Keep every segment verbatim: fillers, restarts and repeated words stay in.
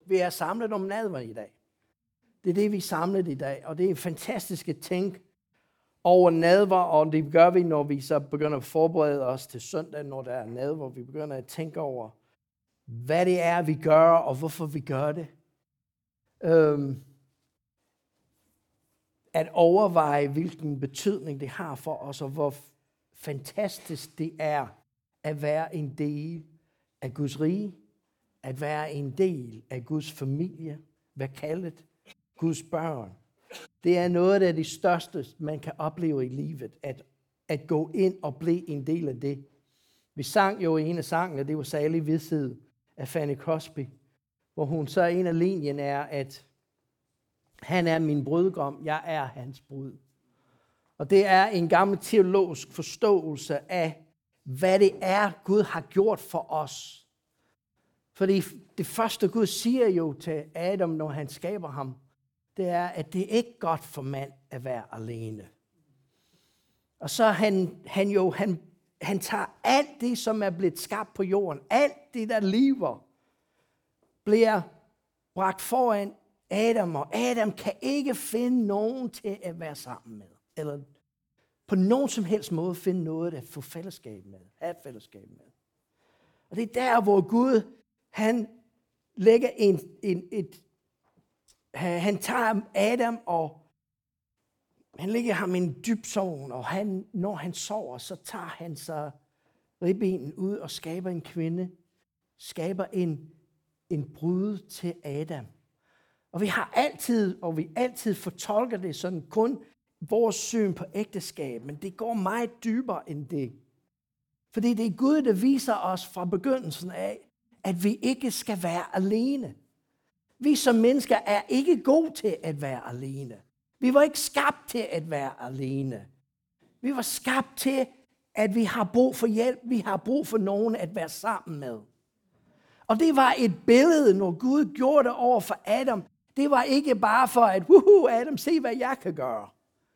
vi er samlet om nadver i dag. Det er det, vi er samlet i dag, og det er fantastisk at tænke over nadver, og det gør vi, når vi så begynder at forberede os til søndag, når der er nadver. Vi begynder at tænke over, hvad det er, vi gør, og hvorfor vi gør det. Øhm, at overveje, hvilken betydning det har for os, og hvor fantastisk det er at være en del af Guds rige, at være en del af Guds familie, hvad kaldet Guds børn. Det er noget af det største, man kan opleve i livet, at, at gå ind og blive en del af det. Vi sang jo en af sangene, det var Salig Vished af Fanny Crosby, hvor hun så en af linjen er, at han er min brudgom, jeg er hans brud. Og det er en gammel teologisk forståelse af, hvad det er, Gud har gjort for os. Fordi det første Gud siger jo til Adam, når han skaber ham, det er, at det er ikke godt for mand at være alene. Og så han, han jo, han, han tager alt det, som er blevet skabt på jorden, alt det, der lever, bliver bragt foran Adam, og Adam kan ikke finde nogen til at være sammen med, eller på nogen som helst måde finde noget at få fællesskab med, have fællesskab med. Og det er der, hvor Gud, han lægger en, en, et, han tager Adam, og han lægger ham i en dyb søvn, og han, når han sover, så tager han så ribbenen ud og skaber en kvinde, skaber en, en brud til Adam. Og vi har altid, og vi altid fortolker det sådan kun vores syn på ægteskab, men det går meget dybere end det. Fordi det er Gud, der viser os fra begyndelsen af, at vi ikke skal være alene. Vi som mennesker er ikke gode til at være alene. Vi var ikke skabt til at være alene. Vi var skabt til, at vi har brug for hjælp. Vi har brug for nogen at være sammen med. Og det var et billede, når Gud gjorde det over for Adam. Det var ikke bare for at, wuhu, Adam, se hvad jeg kan gøre.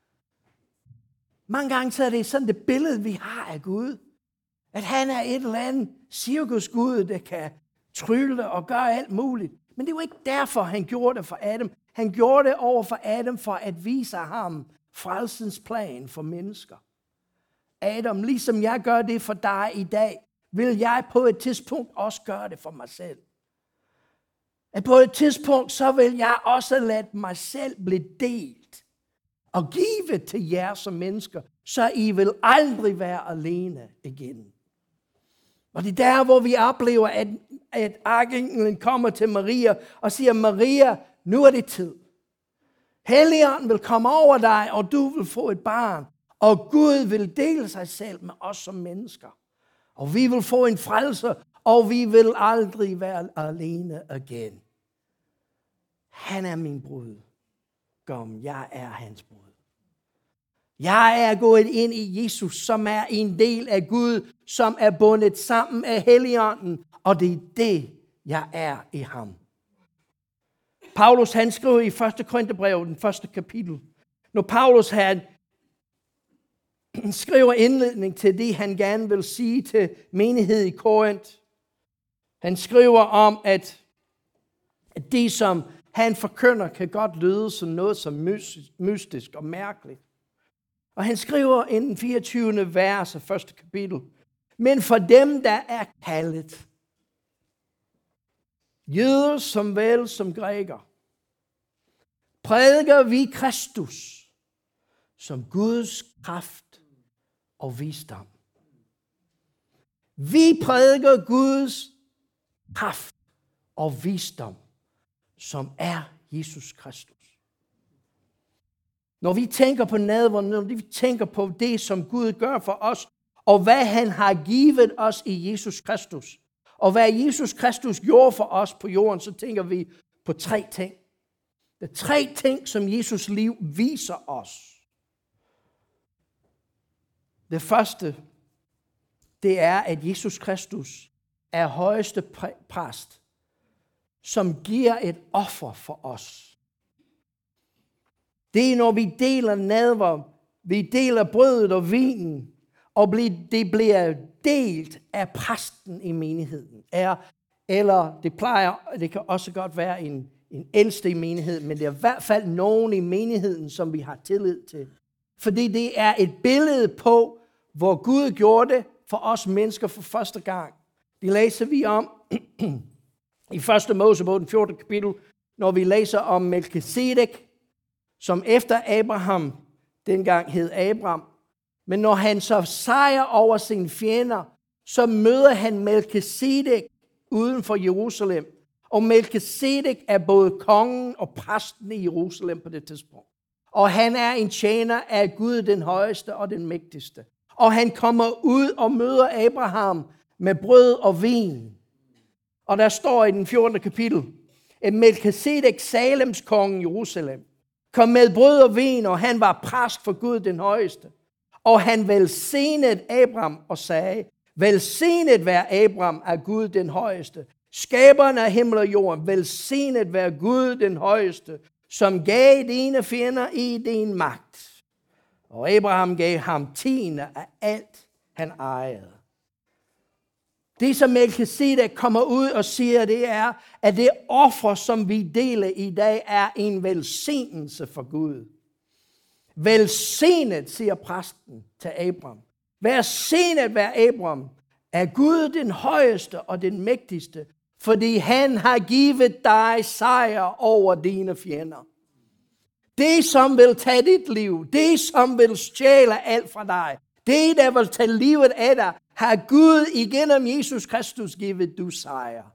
Mange gange så er det sådan det billede, vi har af Gud. At han er et eller andet cirkusgud, der kan trylle og gøre alt muligt. Men det var ikke derfor, han gjorde det for Adam. Han gjorde det over for Adam for at vise ham frelsens plan for mennesker. Adam, ligesom jeg gør det for dig i dag, vil jeg på et tidspunkt også gøre det for mig selv. At på et tidspunkt, så vil jeg også lade mig selv blive delt og give til jer som mennesker, så I vil aldrig være alene igen. Og det er der, hvor vi oplever, at, at arkenglen kommer til Maria og siger, Maria, nu er det tid. Helligånden vil komme over dig, og du vil få et barn. Og Gud vil dele sig selv med os som mennesker. Og vi vil få en frelse, og vi vil aldrig være alene igen. Han er min brud. Kom, jeg er hans brud. Jeg er gået ind i Jesus, som er en del af Gud, som er bundet sammen af Helligånden, og det er det, jeg er i ham. Paulus, han skriver i første Korintherbrev, den første kapitel, når Paulus han skriver indledning til det, han gerne vil sige til menighed i Korinth. Han skriver om, at det, som han forkynder, kan godt lyde som noget som mystisk og mærkeligt. Og han skriver i den fireogtyvende vers af første kapitel, men for dem, der er kaldet, jøder som vel som græker, prædiker vi Kristus som Guds kraft og visdom. Vi prædiker Guds kraft og visdom, som er Jesus Kristus. Når vi tænker på nadveren, når vi tænker på det, som Gud gør for os, og hvad han har givet os i Jesus Kristus, og hvad Jesus Kristus gjorde for os på jorden, så tænker vi på tre ting. Der er tre ting, som Jesus liv viser os. Det første, det er, at Jesus Kristus er højeste præst, som giver et offer for os. Det er, når vi deler nadver, vi deler brødet og vinen, og det bliver delt af præsten i menigheden, er eller det plejer, det kan også godt være en, en ældste i menigheden, men det er i hvert fald nogen i menigheden, som vi har tillid til. Fordi det er et billede på, hvor Gud gjorde det for os mennesker for første gang. Det læser vi om i første Mosebog, den fjortende kapitel, når vi læser om Melkisedek, som efter Abraham dengang hed Abram. Men når han så sejrer over sine fjender, så møder han Melkisedek uden for Jerusalem. Og Melkisedek er både kongen og præsten i Jerusalem på det tidspunkt. Og han er en tjener af Gud, den højeste og den mægtigste. Og han kommer ud og møder Abraham med brød og vin. Og der står i den fjortende kapitel, at Melkisedek, Salems konge i Jerusalem, kom med brød og vin, og han var præst for Gud, den højeste. Og han velsignede Abram og sagde, velsignet være Abram af Gud, den højeste. Skaberen af himmel og jord, velsignet være Gud, den højeste, som gav dine fjender i din magt. Og Abraham gav ham tiende af alt, han ejede. Det, som Melkisedek kommer ud og siger, det er, at det offer, som vi deler i dag, er en velsignelse for Gud. Velsignet, siger præsten til Abram. Velsignet være Abram af Gud, den højeste og den mægtigste, fordi han har givet dig sejr over dine fjender. Det, som vil tage dit liv, det, som vil stjæle alt fra dig, det, der vil tage livet af dig, har Gud igennem Jesus Kristus givet du sejr.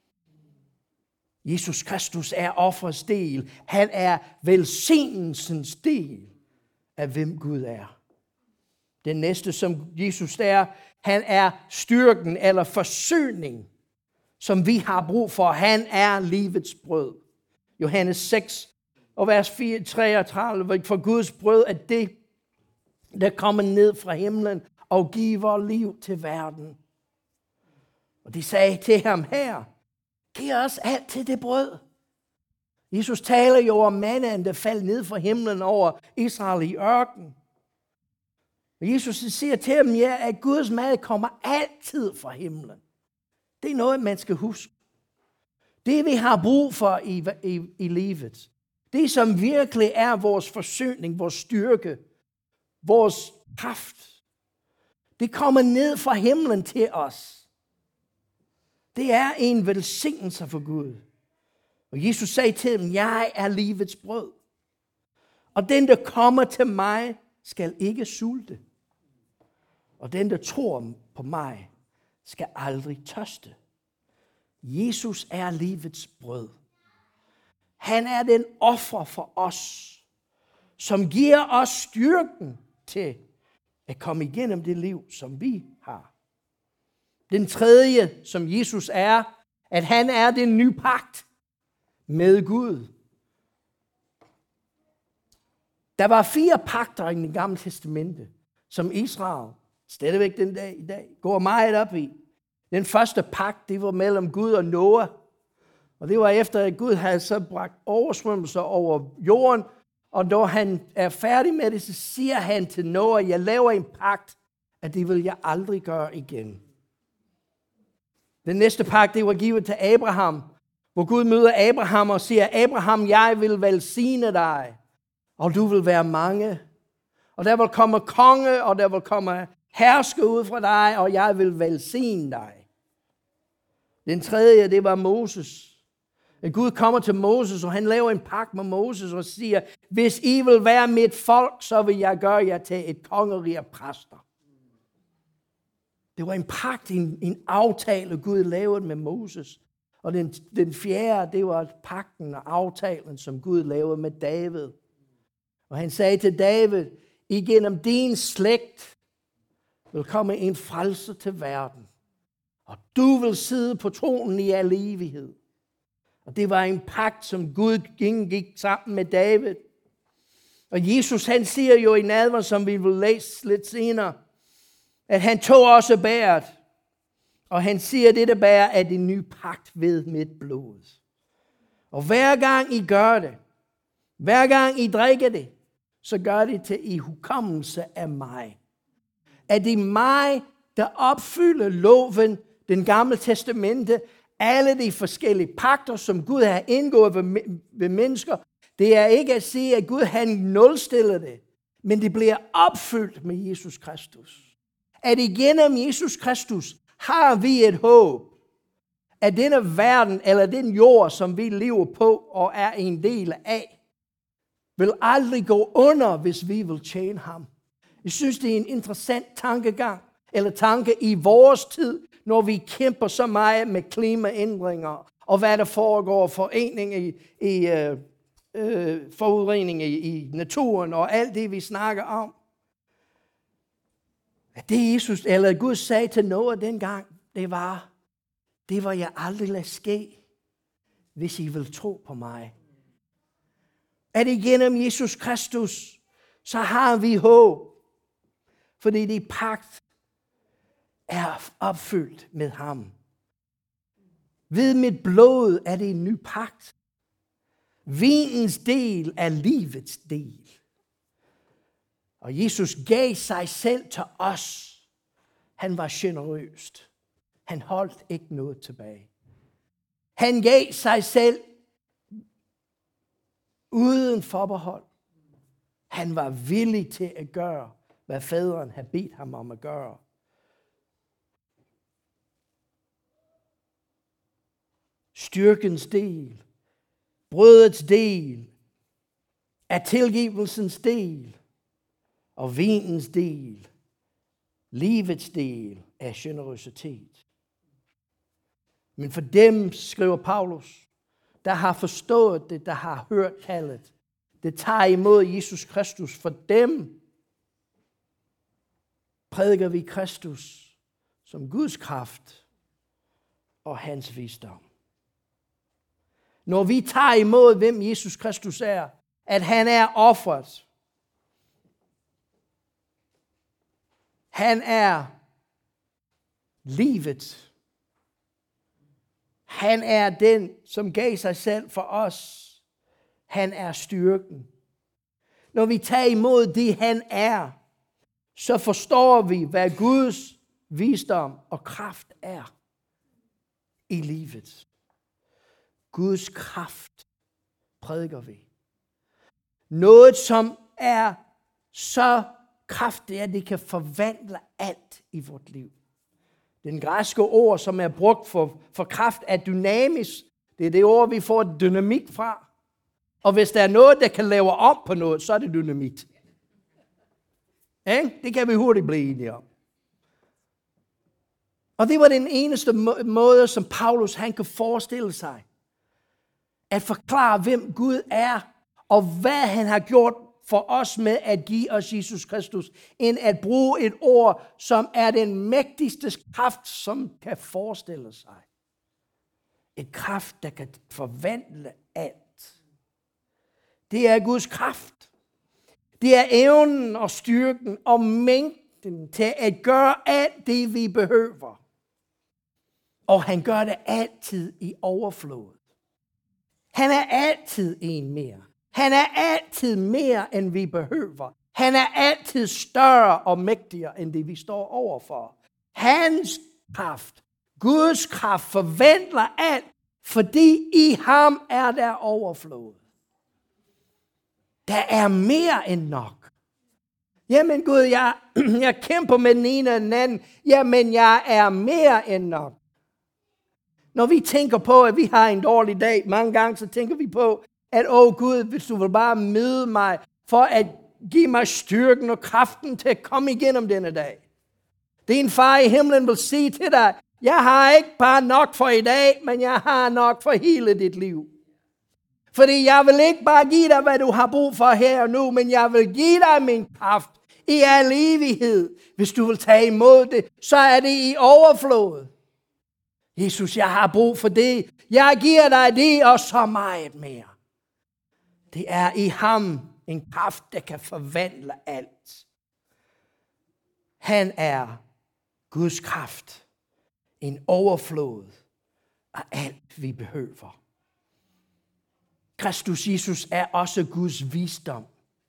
Jesus Kristus er offerets del. Han er velsignelsens del af hvem Gud er. Den næste, som Jesus er, han er styrken eller forsyning, som vi har brug for. Han er livets brød. Johannes seks og vers treogtredive, for Guds brød er det, der kommer ned fra himlen og giver liv til verden. Og de sagde til ham her, giv os alt til det brød. Jesus taler jo om mannen, der faldt ned fra himlen over Israel i ørkenen. Og Jesus siger til dem, ja, at Guds mad kommer altid fra himlen. Det er noget, man skal huske. Det, vi har brug for i, i, i livet. Det, som virkelig er vores forsyning, vores styrke, vores kraft. Det kommer ned fra himlen til os. Det er en velsignelse for Gud. Og Jesus sagde til dem, jeg er livets brød. Og den, der kommer til mig, skal ikke sulte. Og den, der tror på mig, skal aldrig tørste. Jesus er livets brød. Han er den offer for os, som giver os styrken til at komme igennem det liv, som vi har. Den tredje, som Jesus er, at han er den nye pagt med Gud. Der var fire pagter i det gamle testamente, som Israel stadigvæk den dag i dag går meget op i. Den første pagt, det var mellem Gud og Noah. Og det var efter, at Gud havde så bragt oversvømmelser over jorden. Og når han er færdig med det, så siger han til Noah, jeg laver en pagt, at det vil jeg aldrig gøre igen. Den næste pagt, det var givet til Abraham, hvor Gud møder Abraham og siger, Abraham, jeg vil velsigne dig, og du vil være mange. Og der vil komme konge, og der vil komme herske ud fra dig, og jeg vil velsigne dig. Den tredje, det var Moses. At Gud kommer til Moses, og han laver en pagt med Moses og siger, hvis I vil være mit folk, så vil jeg gøre jer til et kongerige af præster. Det var en pagt, en, en aftale, Gud lavede med Moses. Og den, den fjerde, det var pagten og aftalen, som Gud lavede med David. Og han sagde til David, igennem din slægt vil komme en frelser til verden. Og du vil sidde på tronen i al evighed. Og det var en pagt, som Gud gik sammen med David. Og Jesus, han siger jo i nadver, som vi vil læse lidt senere, at han tog også bæret. Og han siger, at dette bær er en ny pagt ved mit blod. Og hver gang I gør det, hver gang I drikker det, så gør det til i hukommelse af mig. At det er mig, der opfylder loven, den gamle testamente, alle de forskellige pagter, som Gud har indgået ved, ved mennesker, det er ikke at sige, at Gud han nulstiller det, men det bliver opfyldt med Jesus Kristus. At igennem Jesus Kristus har vi et håb, at denne verden, eller den jord, som vi lever på og er en del af, vil aldrig gå under, hvis vi vil tjene ham. Jeg synes, det er en interessant tankegang, eller tanke i vores tid, når vi kæmper så meget med klimaændringer, og hvad der foregår, forening i, i øh, øh, forurening i, i naturen, og alt det, vi snakker om. At det Jesus, eller Gud sagde til Noah dengang, det var, det var jeg aldrig lade ske, hvis I vil tro på mig. At igennem Jesus Kristus, så har vi håb, fordi det pagt er opfyldt med ham. Ved mit blod er det en ny pagt. Vinens del er livets del. Og Jesus gav sig selv til os. Han var generøst. Han holdt ikke noget tilbage. Han gav sig selv uden forbehold. Han var villig til at gøre, hvad faderen havde bedt ham om at gøre. Styrkens del, brødets del, er tilgivelsens del, og vinens del, livets del, er generøsitet. Men for dem, skriver Paulus, der har forstået det, der har hørt kaldet, det tager imod Jesus Kristus, for dem prædiker vi Kristus som Guds kraft og hans visdom. Når vi tager imod, hvem Jesus Kristus er, at han er offeret. Han er livet. Han er den, som gav sig selv for os. Han er styrken. Når vi tager imod det, han er, så forstår vi, hvad Guds visdom og kraft er i livet. Guds kraft prædiker vi. Noget, som er så kraftigt, at det kan forvandle alt i vort liv. Den græske ord, som er brugt for, for kraft, er dynamisk. Det er det ord, vi får dynamik fra. Og hvis der er noget, der kan lave om på noget, så er det dynamit. Ja, det kan vi hurtigt blive enige om. Og det var den eneste måde, som Paulus han kan forestille sig. At forklare, hvem Gud er, og hvad han har gjort for os med at give os Jesus Kristus, end at bruge et ord, som er den mægtigste kraft, som kan forestille sig. Et kraft, der kan forvandle alt. Det er Guds kraft. Det er evnen og styrken og mængden til at gøre alt det, vi behøver. Og han gør det altid i overflod. Han er altid en mere. Han er altid mere, end vi behøver. Han er altid større og mægtigere, end det vi står overfor. Hans kraft, Guds kraft, forvandler alt, fordi i ham er der overflod. Der er mere end nok. Jamen Gud, jeg, jeg kæmper med den ene og den anden. Jamen jeg er mere end nok. Når vi tænker på, at vi har en dårlig dag, mange gange så tænker vi på, at åh Gud, hvis du vil bare møde mig, for at give mig styrken og kraften til at komme igennem denne dag. Din far i himlen vil sige til dig, jeg har ikke bare nok for i dag, men jeg har nok for hele dit liv. Fordi jeg vil ikke bare give dig, hvad du har brug for her og nu, men jeg vil give dig min kraft i al evighed. Hvis du vil tage imod det, så er det i overflod. Jesus, jeg har brug for det. Jeg giver dig det og så meget mere. Det er i ham en kraft, der kan forvandle alt. Han er Guds kraft. En overflod af alt, vi behøver. Kristus Jesus er også Guds visdom.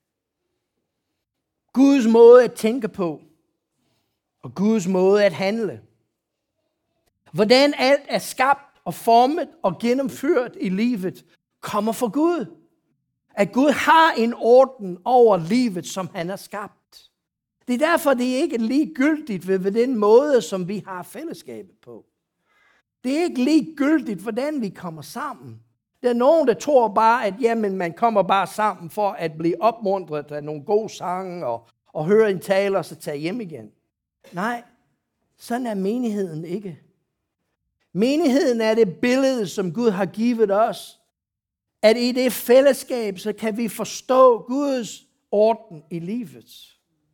Guds måde at tænke på. Og Guds måde at handle. Hvordan alt er skabt og formet og gennemført i livet, kommer fra Gud. At Gud har en orden over livet, som han har skabt. Det er derfor, det er ikke ligegyldigt ved, ved den måde, som vi har fællesskabet på. Det er ikke ligegyldigt, hvordan vi kommer sammen. Der er nogen, der tror bare, at jamen, man kommer bare sammen for at blive opmuntret af nogle gode sange og, og høre en tale og så tage hjem igen. Nej, sådan er menigheden ikke. Menigheden er det billede, som Gud har givet os. At i det fællesskab, så kan vi forstå Guds orden i livet.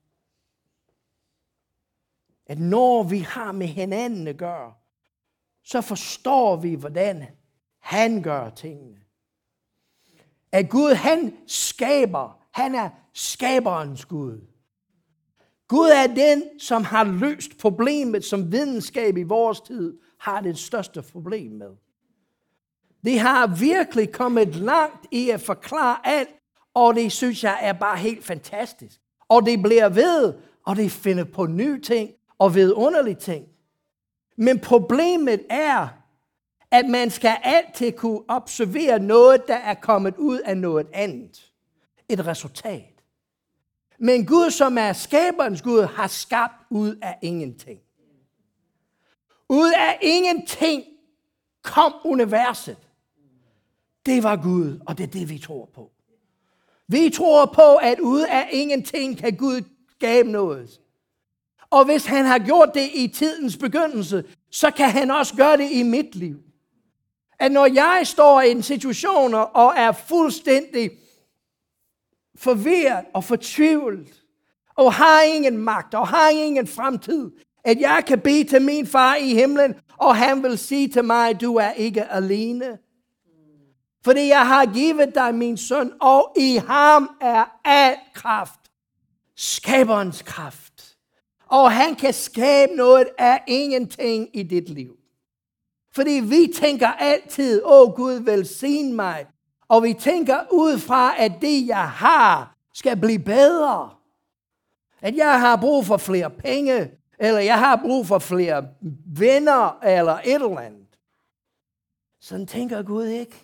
At når vi har med hinanden at gøre, så forstår vi, hvordan han gør tingene. At Gud, han skaber. Han er skaberens Gud. Gud er den, som har løst problemet, som videnskab i vores tid har det største problem med. Det har virkelig kommet langt i at forklare alt, og det synes jeg er bare helt fantastisk. Og det bliver ved, og det finder på nye ting og vidunderlige ting. Men problemet er, at man skal altid kunne observere noget, der er kommet ud af noget andet. Et resultat. Men Gud, som er skaberens Gud, har skabt ud af ingenting. Ud af ingenting kom universet. Det var Gud, og det er det, vi tror på. Vi tror på, at ud af ingenting kan Gud skabe noget. Og hvis han har gjort det i tidens begyndelse, så kan han også gøre det i mit liv. At når jeg står i en situation og er fuldstændig forvirret og fortvivlet, og har ingen magt og har ingen fremtid, at jeg kan bede til min far i himlen, og han vil sige til mig, du er ikke alene. Fordi jeg har givet dig min søn, og i ham er al kraft. Skaberens kraft. Og han kan skabe noget af ingenting i dit liv. Fordi vi tænker altid, åh Gud velsigne mig. Og vi tænker ud fra, at det jeg har, skal blive bedre. At jeg har brug for flere penge, eller jeg har brug for flere venner, eller et eller andet. Sådan tænker Gud ikke.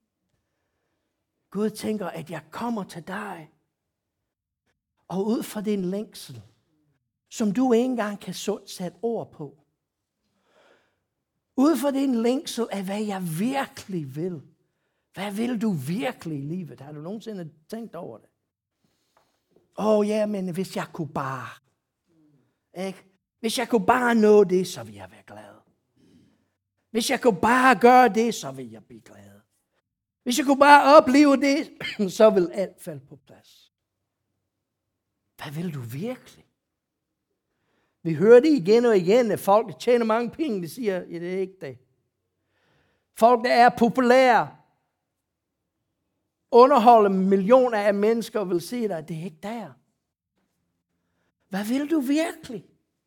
Gud tænker, at jeg kommer til dig. Og ud fra din længsel, som du ikke engang kan sætte ord på. Ud fra din længsel af, hvad jeg virkelig vil. Hvad vil du virkelig i livet? Har du nogensinde tænkt over det? Åh oh, ja, men hvis jeg kunne bare. Ikke? Hvis jeg kunne bare nå det, så ville jeg være glad. Hvis jeg kunne bare gøre det, så ville jeg blive glad. Hvis jeg kunne bare opleve det, så vil alt falde på plads. Hvad vil du virkelig? Vi hører det igen og igen, at folk, der tjener mange penge, de siger, ja, det er ikke det. Folk, der er populære, underholder millioner af mennesker og vil sige dig, at det er ikke der. Hvad vil du virkelig?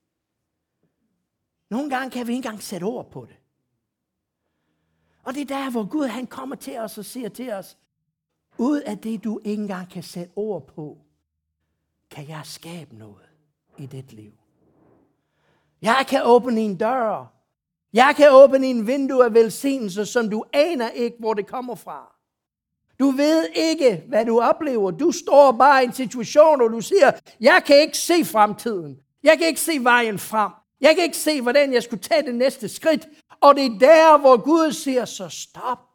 Nogle gange kan vi ikke engang sætte ord på det. Og det er der, hvor Gud han kommer til os og siger til os, ud af det, du ikke engang kan sætte ord på, kan jeg skabe noget i dit liv. Jeg kan åbne en dør. Jeg kan åbne en vindue af velsignelse, som du aner ikke, hvor det kommer fra. Du ved ikke, hvad du oplever. Du står bare i en situation, og du siger, jeg kan ikke se fremtiden. Jeg kan ikke se vejen frem. Jeg kan ikke se, hvordan jeg skulle tage det næste skridt. Og det er der, hvor Gud siger, så stop.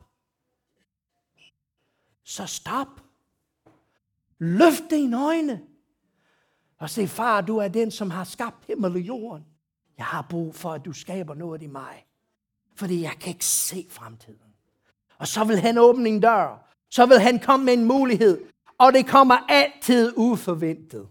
Så stop. Løft dine øjne. Og se, far, du er den, som har skabt himmel og jorden. Jeg har brug for, at du skaber noget i mig. Fordi jeg kan ikke se fremtiden. Og så vil han åbne en dør. Så vil han komme med en mulighed. Og det kommer altid uforventet.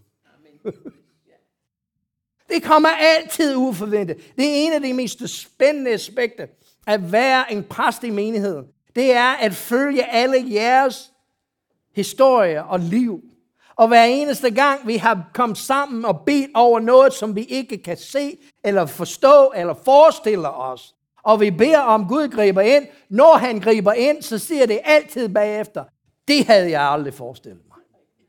Det kommer altid uforventet. Det er en af de mest spændende aspekter at være en præst i menigheden. Det er at følge alle jeres historier og liv. Og hver eneste gang vi har kommet sammen og bedt over noget, som vi ikke kan se, eller forstå, eller forestille os. Og vi beder om Gud griber ind. Når han griber ind, så siger det altid bagefter. Det havde jeg aldrig forestillet mig.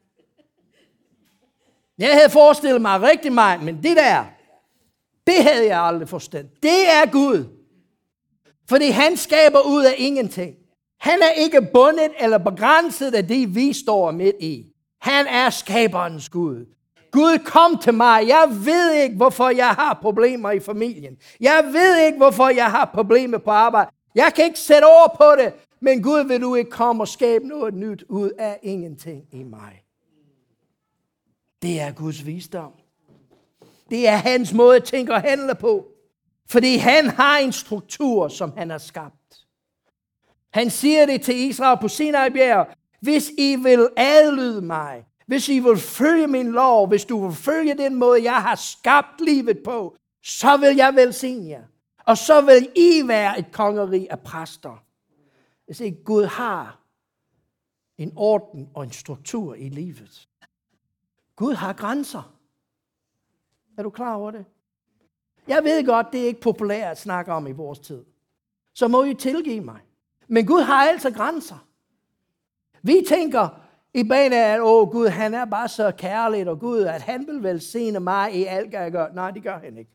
Jeg havde forestillet mig rigtig meget, men det der, det havde jeg aldrig forstået. Det er Gud. Fordi han skaber ud af ingenting. Han er ikke bundet eller begrænset af det, vi står midt i. Han er skaberens Gud. Gud, kom til mig. Jeg ved ikke, hvorfor jeg har problemer i familien. Jeg ved ikke, hvorfor jeg har problemer på arbejde. Jeg kan ikke sætte ord på det. Men Gud, vil du ikke komme og skabe noget nyt ud af ingenting i mig? Det er Guds visdom. Det er hans måde at tænke og handle på. Fordi han har en struktur, som han har skabt. Han siger det til Israel på Sinai-bjerget. Hvis I vil adlyde mig, hvis I vil følge min lov, hvis du vil følge den måde, jeg har skabt livet på, så vil jeg velsigne jer. Og så vil I være et kongerige af præster. Hvis ikke Gud har en orden og en struktur i livet. Gud har grænser. Er du klar over det? Jeg ved godt, det er ikke populært at snakke om i vores tid. Så må I tilgive mig. Men Gud har altså grænser. Vi tænker i banen af, at åh, Gud, han er bare så kærlig, og Gud, at han vil velsigne mig i alt, hvad jeg gør. Nej, det gør han ikke.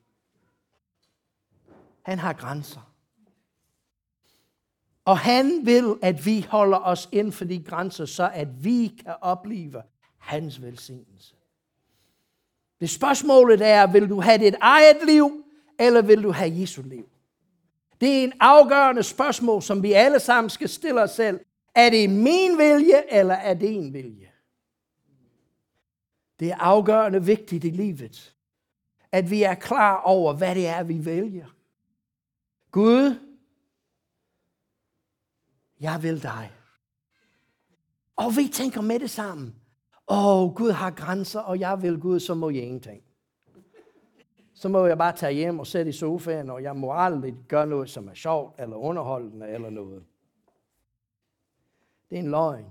Han har grænser. Og han vil, at vi holder os inden for de grænser, så at vi kan opleve hans velsignelse. Det spørgsmålet er, vil du have dit eget liv, eller vil du have Jesu liv? Det er en afgørende spørgsmål, som vi alle sammen skal stille os selv. Er det min vilje, eller er det en vilje? Det er afgørende vigtigt i livet, at vi er klar over, hvad det er, vi vælger. Gud, jeg vil dig. Og vi tænker med det sammen. Åh, Gud har grænser, og jeg vil Gud, så må jeg ingenting. Så må jeg bare tage hjem og sætte i sofaen, og jeg må aldrig gøre noget, som er sjovt, eller underholdende, eller noget. Det er en løgn.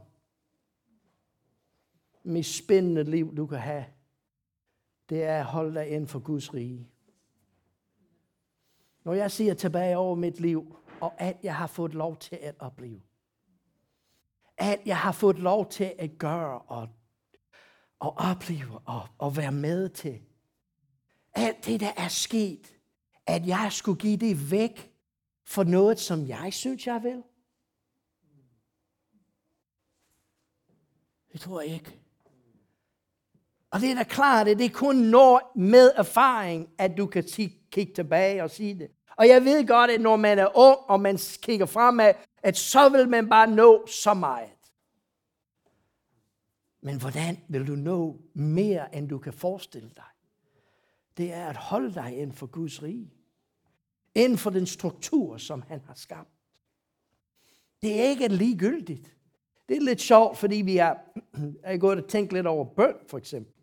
Det mest spændende liv, du kan have, det er at holde dig inden for Guds rige. Når jeg siger tilbage over mit liv, og alt jeg har fået lov til at opleve. Alt jeg har fået lov til at gøre, og, og opleve, og, og være med til. Alt det, der er sket, at jeg skulle give det væk for noget, som jeg synes, jeg vil. Det tror jeg ikke. Og det er da klart, at det er kun når med erfaring, at du kan kigge tilbage og sige det. Og jeg ved godt, at når man er ung, og man kigger fremad, at så vil man bare nå så meget. Men hvordan vil du nå mere, end du kan forestille dig? Det er at holde dig inden for Guds rige. Inden for den struktur, som han har skabt. Det er ikke ligegyldigt. Det er lidt sjovt, fordi vi er, er gået og tænkt lidt over bøn, for eksempel.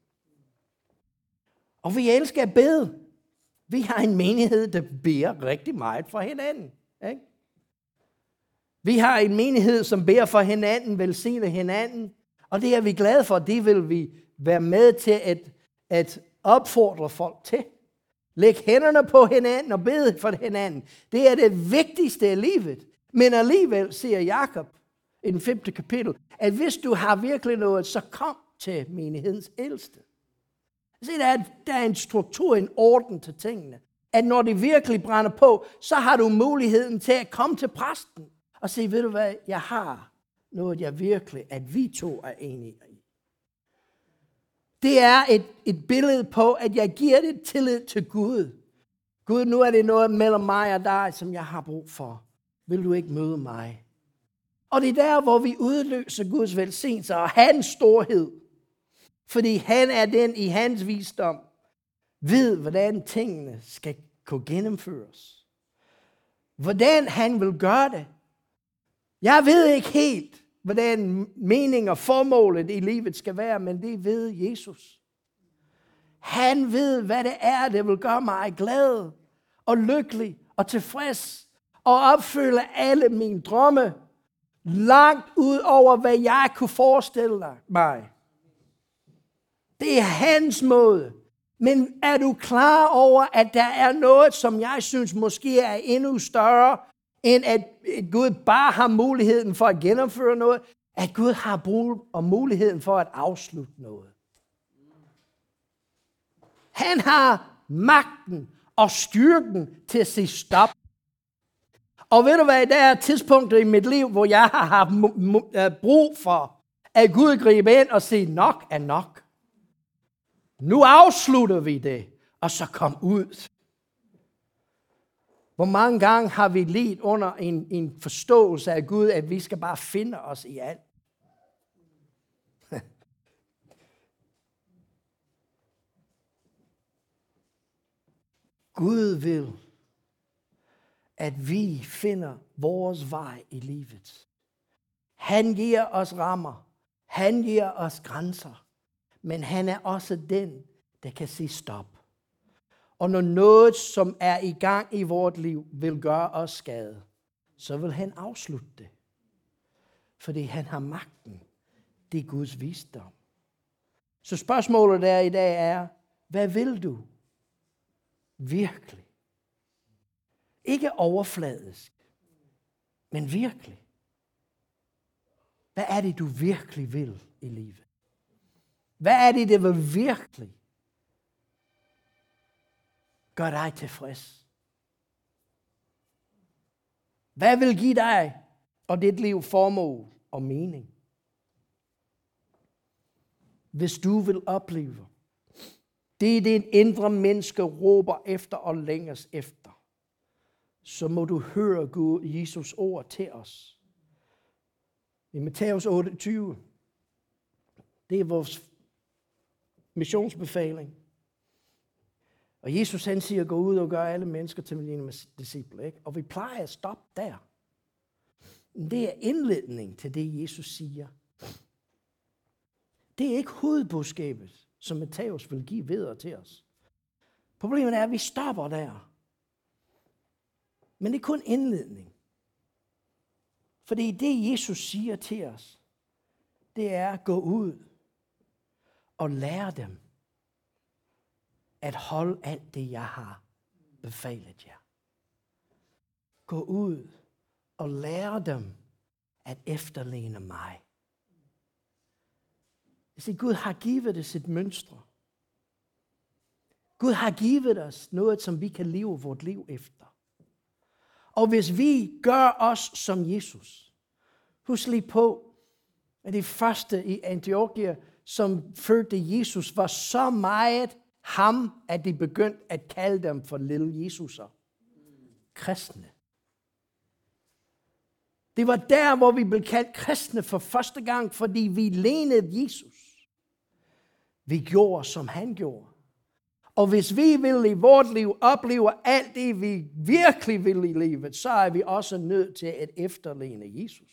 Og vi elsker at bede. Vi har en menighed, der beder rigtig meget for hinanden. Ikke? Vi har en menighed, som beder for hinanden, velsigner hinanden. Og det er vi glade for. Det vil vi være med til at, at opfordre folk til. Læg hænderne på hinanden og bede for hinanden. Det er det vigtigste i livet. Men alligevel siger Jakob i den femte kapitel, at hvis du har virkelig noget, så kom til menighedens ældste. Se, der er, der er en struktur, en orden til tingene. At når det virkelig brænder på, så har du muligheden til at komme til præsten og sige, ved du hvad, jeg har noget, jeg virkelig, at vi to er enige i. Det er et, et billede på, at jeg giver det tillid til Gud. Gud, nu er det noget mellem mig og dig, som jeg har brug for. Vil du ikke møde mig? Og det er der, hvor vi udløser Guds velsignelse og hans storhed. Fordi han er den i hans visdom, ved, hvordan tingene skal kunne gennemføres. Hvordan han vil gøre det. Jeg ved ikke helt, hvordan mening og formålet i livet skal være, men det ved Jesus. Han ved, hvad det er, der vil gøre mig glad og lykkelig og tilfreds og opfylde alle mine drømme langt ud over, hvad jeg kunne forestille mig. Det er hans måde. Men er du klar over, at der er noget, som jeg synes måske er endnu større, end at Gud bare har muligheden for at gennemføre noget? At Gud har brug og muligheden for at afslutte noget. Han har magten og styrken til at sige stop. Og ved du hvad, der er tidspunkter i mit liv, hvor jeg har haft brug for, at Gud griber ind og siger, nok er nok. Nu afslutter vi det, og så kom ud. Hvor mange gange har vi lidt under en, en forståelse af Gud, at vi skal bare finde os i alt. Gud vil, at vi finder vores vej i livet. Han giver os rammer. Han giver os grænser. Men han er også den, der kan sige stop. Og når noget, som er i gang i vort liv, vil gøre os skade, så vil han afslutte det. Fordi han har magten. Det er Guds visdom. Så spørgsmålet der i dag er, hvad vil du virkelig? Ikke overfladisk, men virkelig. Hvad er det, du virkelig vil i livet? Hvad er det, der vil virkelig gøre dig tilfreds? Hvad vil give dig og dit liv formål og mening? Hvis du vil opleve, det er det indre menneske råber efter og længes efter, så må du høre Gud, Jesus ord til os. I Matthæus otteogtyve, det er vores missionsbefaling. Og Jesus han siger, gå ud og gør alle mennesker til mine disciple. Ikke? Og vi plejer at stoppe der. Det er indledning til det, Jesus siger. Det er ikke hovedbudskabet, som Matthæus vil give videre til os. Problemet er, at vi stopper der. Men det er kun indledning. Fordi det, Jesus siger til os, det er at gå ud og lære dem at holde alt det, jeg har befalet jer. Gå ud og lære dem at efterligne mig. Så Gud har givet os et mønstre. Gud har givet os noget, som vi kan leve vort liv efter. Og hvis vi gør os som Jesus, husk lige på, at de første i Antiochia, som følte Jesus, var så meget ham, at de begyndte at kalde dem for lille Jesuser. Kristne. Det var der, hvor vi blev kaldt kristne for første gang, fordi vi lignede Jesus. Vi gjorde, som han gjorde. Og hvis vi vil i vort liv opleve alt det, vi virkelig vil i livet, så er vi også nødt til at efterligne Jesus.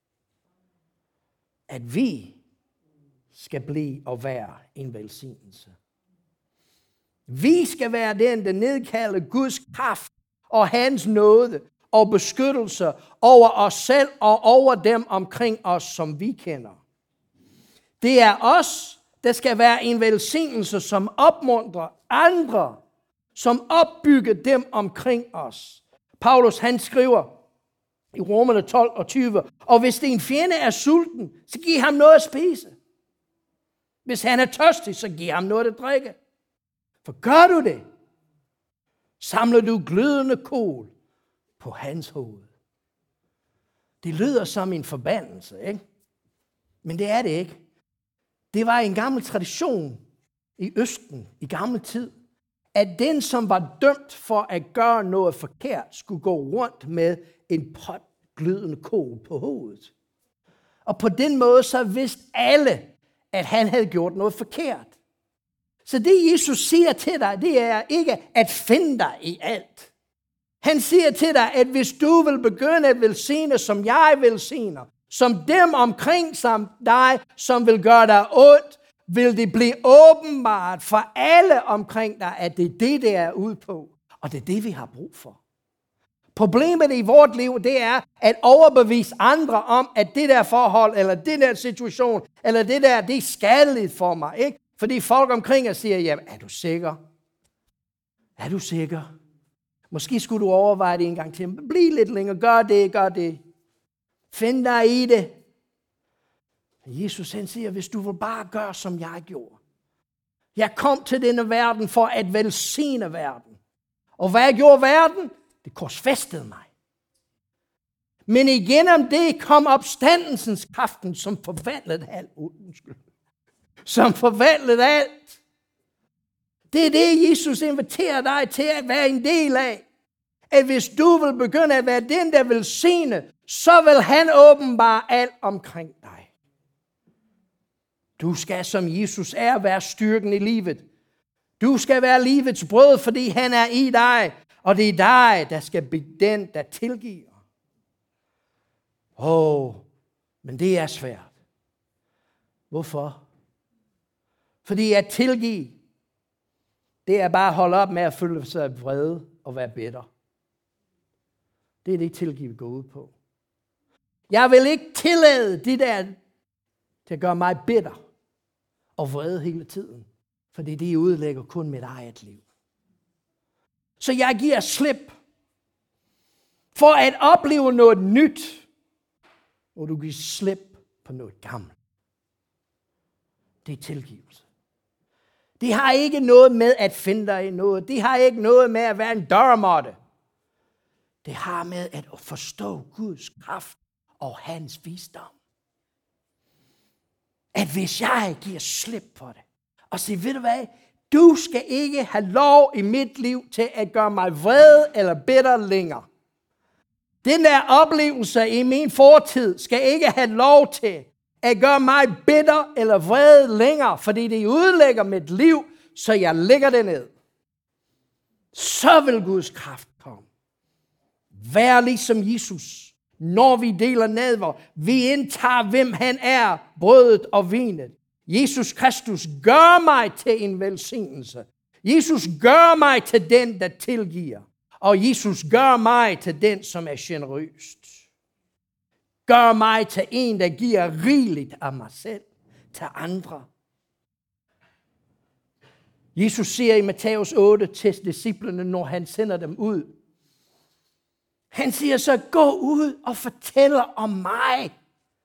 At vi skal blive og være en velsignelse. Vi skal være den, der nedkalder Guds kraft og hans nåde og beskyttelse over os selv og over dem omkring os, som vi kender. Det er os, der skal være en velsignelse, som opmuntrer andre, som opbygger dem omkring os. Paulus han skriver i Romerne tolv og tyve, og hvis din fjende er sulten, så giv ham noget at spise. Hvis han er tørstig, så giv ham noget at drikke. For gør du det, samler du glødende kål på hans hoved. Det lyder som en forbandelse, ikke? Men det er det ikke. Det var en gammel tradition i Østen, i gamle tid, at den, som var dømt for at gøre noget forkert, skulle gå rundt med en pot glødende kål på hovedet. Og på den måde så vidste alle, at han havde gjort noget forkert. Så det Jesus siger til dig, det er ikke at finde dig i alt. Han siger til dig, at hvis du vil begynde at velsigne, som jeg velsigner, som dem omkring som dig, som vil gøre dig ondt, vil det blive åbenbart for alle omkring dig, at det er det, det er ude på. Og det er det, vi har brug for. Problemet i vort liv, det er at overbevise andre om, at det der forhold, eller det der situation, eller det der, det er skadeligt for mig. Ikke? Fordi folk omkring os siger, jamen, er du sikker? Er du sikker? Måske skulle du overveje det en gang til. Bliv lidt længere, gør det, gør det. Find dig i det. Jesus han siger, hvis du vil bare gøre, som jeg gjorde. Jeg kom til denne verden for at velsigne verden. Og hvad gjorde verden? Det korsfæstede mig. Men igennem det kom opstandelsens kraften, som forvandlede alt. Undskyld. Som forvandlede alt. Det er det, Jesus inviterer dig til at være en del af. At hvis du vil begynde at være den, der vil velsigne, så vil han åbenbare alt omkring dig. Du skal, som Jesus er, være styrken i livet. Du skal være livets brød, fordi han er i dig. Og det er dig, der skal blive den, der tilgiver. Åh, oh, men det er svært. Hvorfor? Fordi at tilgive, det er bare at holde op med at føle sig vrede og være bitter. Det er det, tilgive går ud på. Jeg vil ikke tillade det der, til at gøre mig bitter og vrede hele tiden. Fordi det udlægger kun mit eget liv. Så jeg giver slip. For at opleve noget nyt, må du give slip på noget gammelt. Det er tilgivelse. Det har ikke noget med at finde dig i noget. Det har ikke noget med at være en dørmåtte. Det har med at forstå Guds kraft og hans visdom. At hvis jeg giver slip for det, og siger, ved du hvad, du skal ikke have lov i mit liv til at gøre mig vred eller bitter længere. Den der oplevelse i min fortid skal ikke have lov til at gøre mig bitter eller vred længere, fordi det udlægger mit liv, så jeg lægger det ned. Så vil Guds kraft komme. Vær ligesom Jesus, når vi deler nadver. Vi indtager, hvem han er, brødet og vinet. Jesus Kristus gør mig til en velsignelse. Jesus gør mig til den, der tilgiver. Og Jesus gør mig til den, som er generøst. Gør mig til en, der giver rigeligt af mig selv til andre. Jesus siger i Matthæus otte til disciplene, når han sender dem ud. Han siger så, gå ud og fortæller om mig.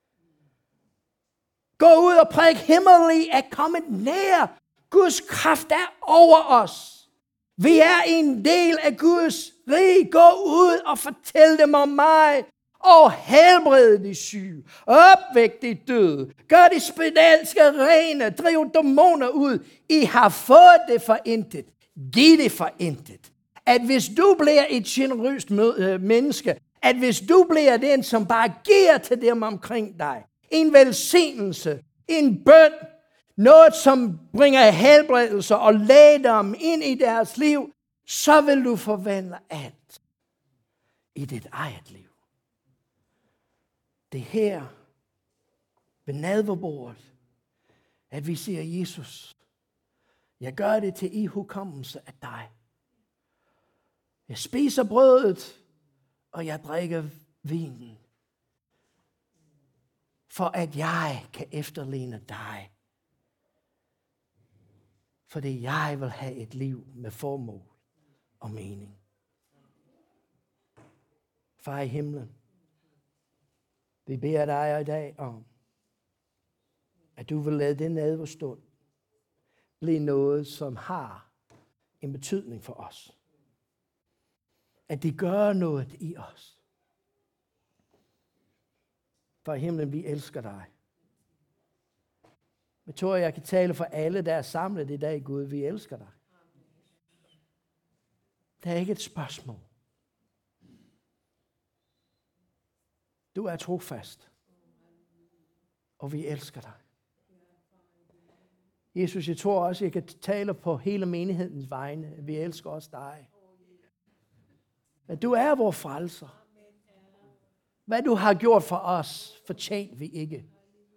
Gå ud og prædik, himmelig er kommet nær. Guds kraft er over os. Vi er en del af Guds rige. Gå ud og fortæl dem om mig. Og helbred de syge. Opvæk de døde. Gør de spedalske rene. Driv dæmoner ud. I har fået det for intet. Giv det for intet. At hvis du bliver et generøst menneske, at hvis du bliver den, som bare giver til dem omkring dig, en velsignelse, en bøn, noget som bringer helbredelse og lægedom ind i deres liv, så vil du forvandle alt i dit eget liv. Det er her ved nadverbordet, at vi siger, Jesus, jeg gør det til ihukommelse af dig. Jeg spiser brødet, og jeg drikker vinen. For at jeg kan efterligne dig. Fordi jeg vil have et liv med formål og mening. Far i himlen, vi beder dig i dag om, at du vil lade den nadverstund blive noget, som har en betydning for os. At det gør noget i os. For i himlen, vi elsker dig. Jeg tror, jeg kan tale for alle, der er samlet i dag, Gud, vi elsker dig. Det er ikke et spørgsmål. Du er trofast. Og vi elsker dig. Jesus, jeg tror også, jeg kan tale på hele menighedens vegne. Vi elsker også dig. At du er vores frelser. Hvad du har gjort for os, fortjent vi ikke.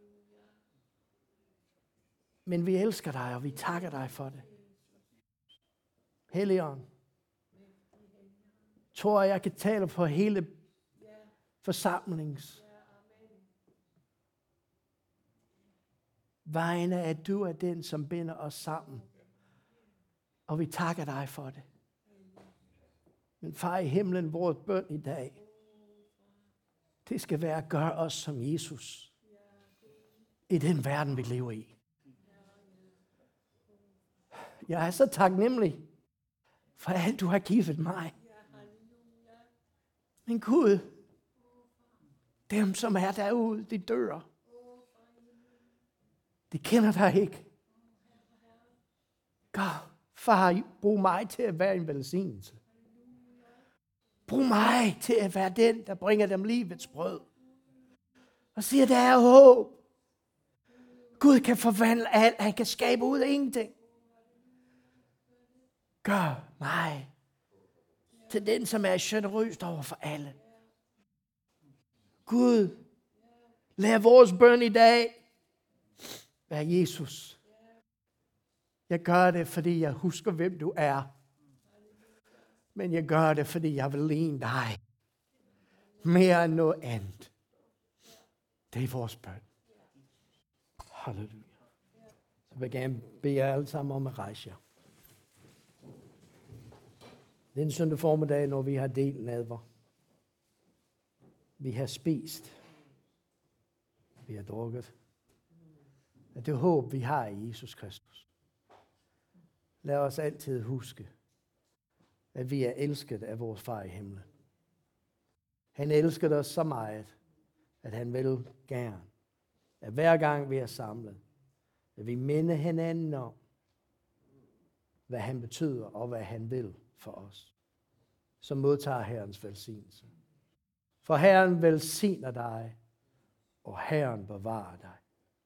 Men vi elsker dig, og vi takker dig for det. Helligånd, tror jeg, jeg kan tale på hele forsamlings vegne, at du er den, som binder os sammen. Og vi takker dig for det. Men far i himlen, vores bøn i dag, det skal være at gøre os som Jesus i den verden, vi lever i. Jeg er så taknemmelig for alt, du har givet mig. Men Gud, Dem, som er derude, de dør. De kender dig ikke. God, far, brug mig til at være en velsignelse. Brug mig til at være den, der bringer dem livets brød. Og siger, der er håb. Gud kan forvandle alt. Han kan skabe ud af ingenting. Gør mig til den, som er generøst over for alle. Gud, lad vores bøn i dag være Jesus. Jeg gør det, fordi jeg husker, hvem du er. Men jeg gør det, fordi jeg vil ligne dig. Mere end noget andet. Det er vores bøn. Halleluja. Så vil jeg gerne bede jer alle sammen om at rejse jer. Det er en søndag formiddag, når vi har delt nadver. Vi har spist. Vi har drukket. At det håb, vi har i Jesus Kristus. Lad os altid huske, at vi er elsket af vores far i himlen. Han elskede os så meget, at han vil gerne, at hver gang vi er samlet, at vi minder hinanden om, hvad han betyder og hvad han vil for os. Så modtager Herrens velsignelse. For Herren velsigner dig, og Herren bevarer dig.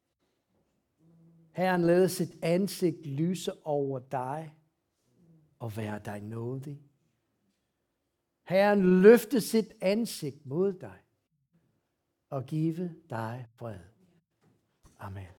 Herren lader sit ansigt lyse over dig, og være dig nådig. Herren løfter sit ansigt mod dig, og give dig fred. Amen.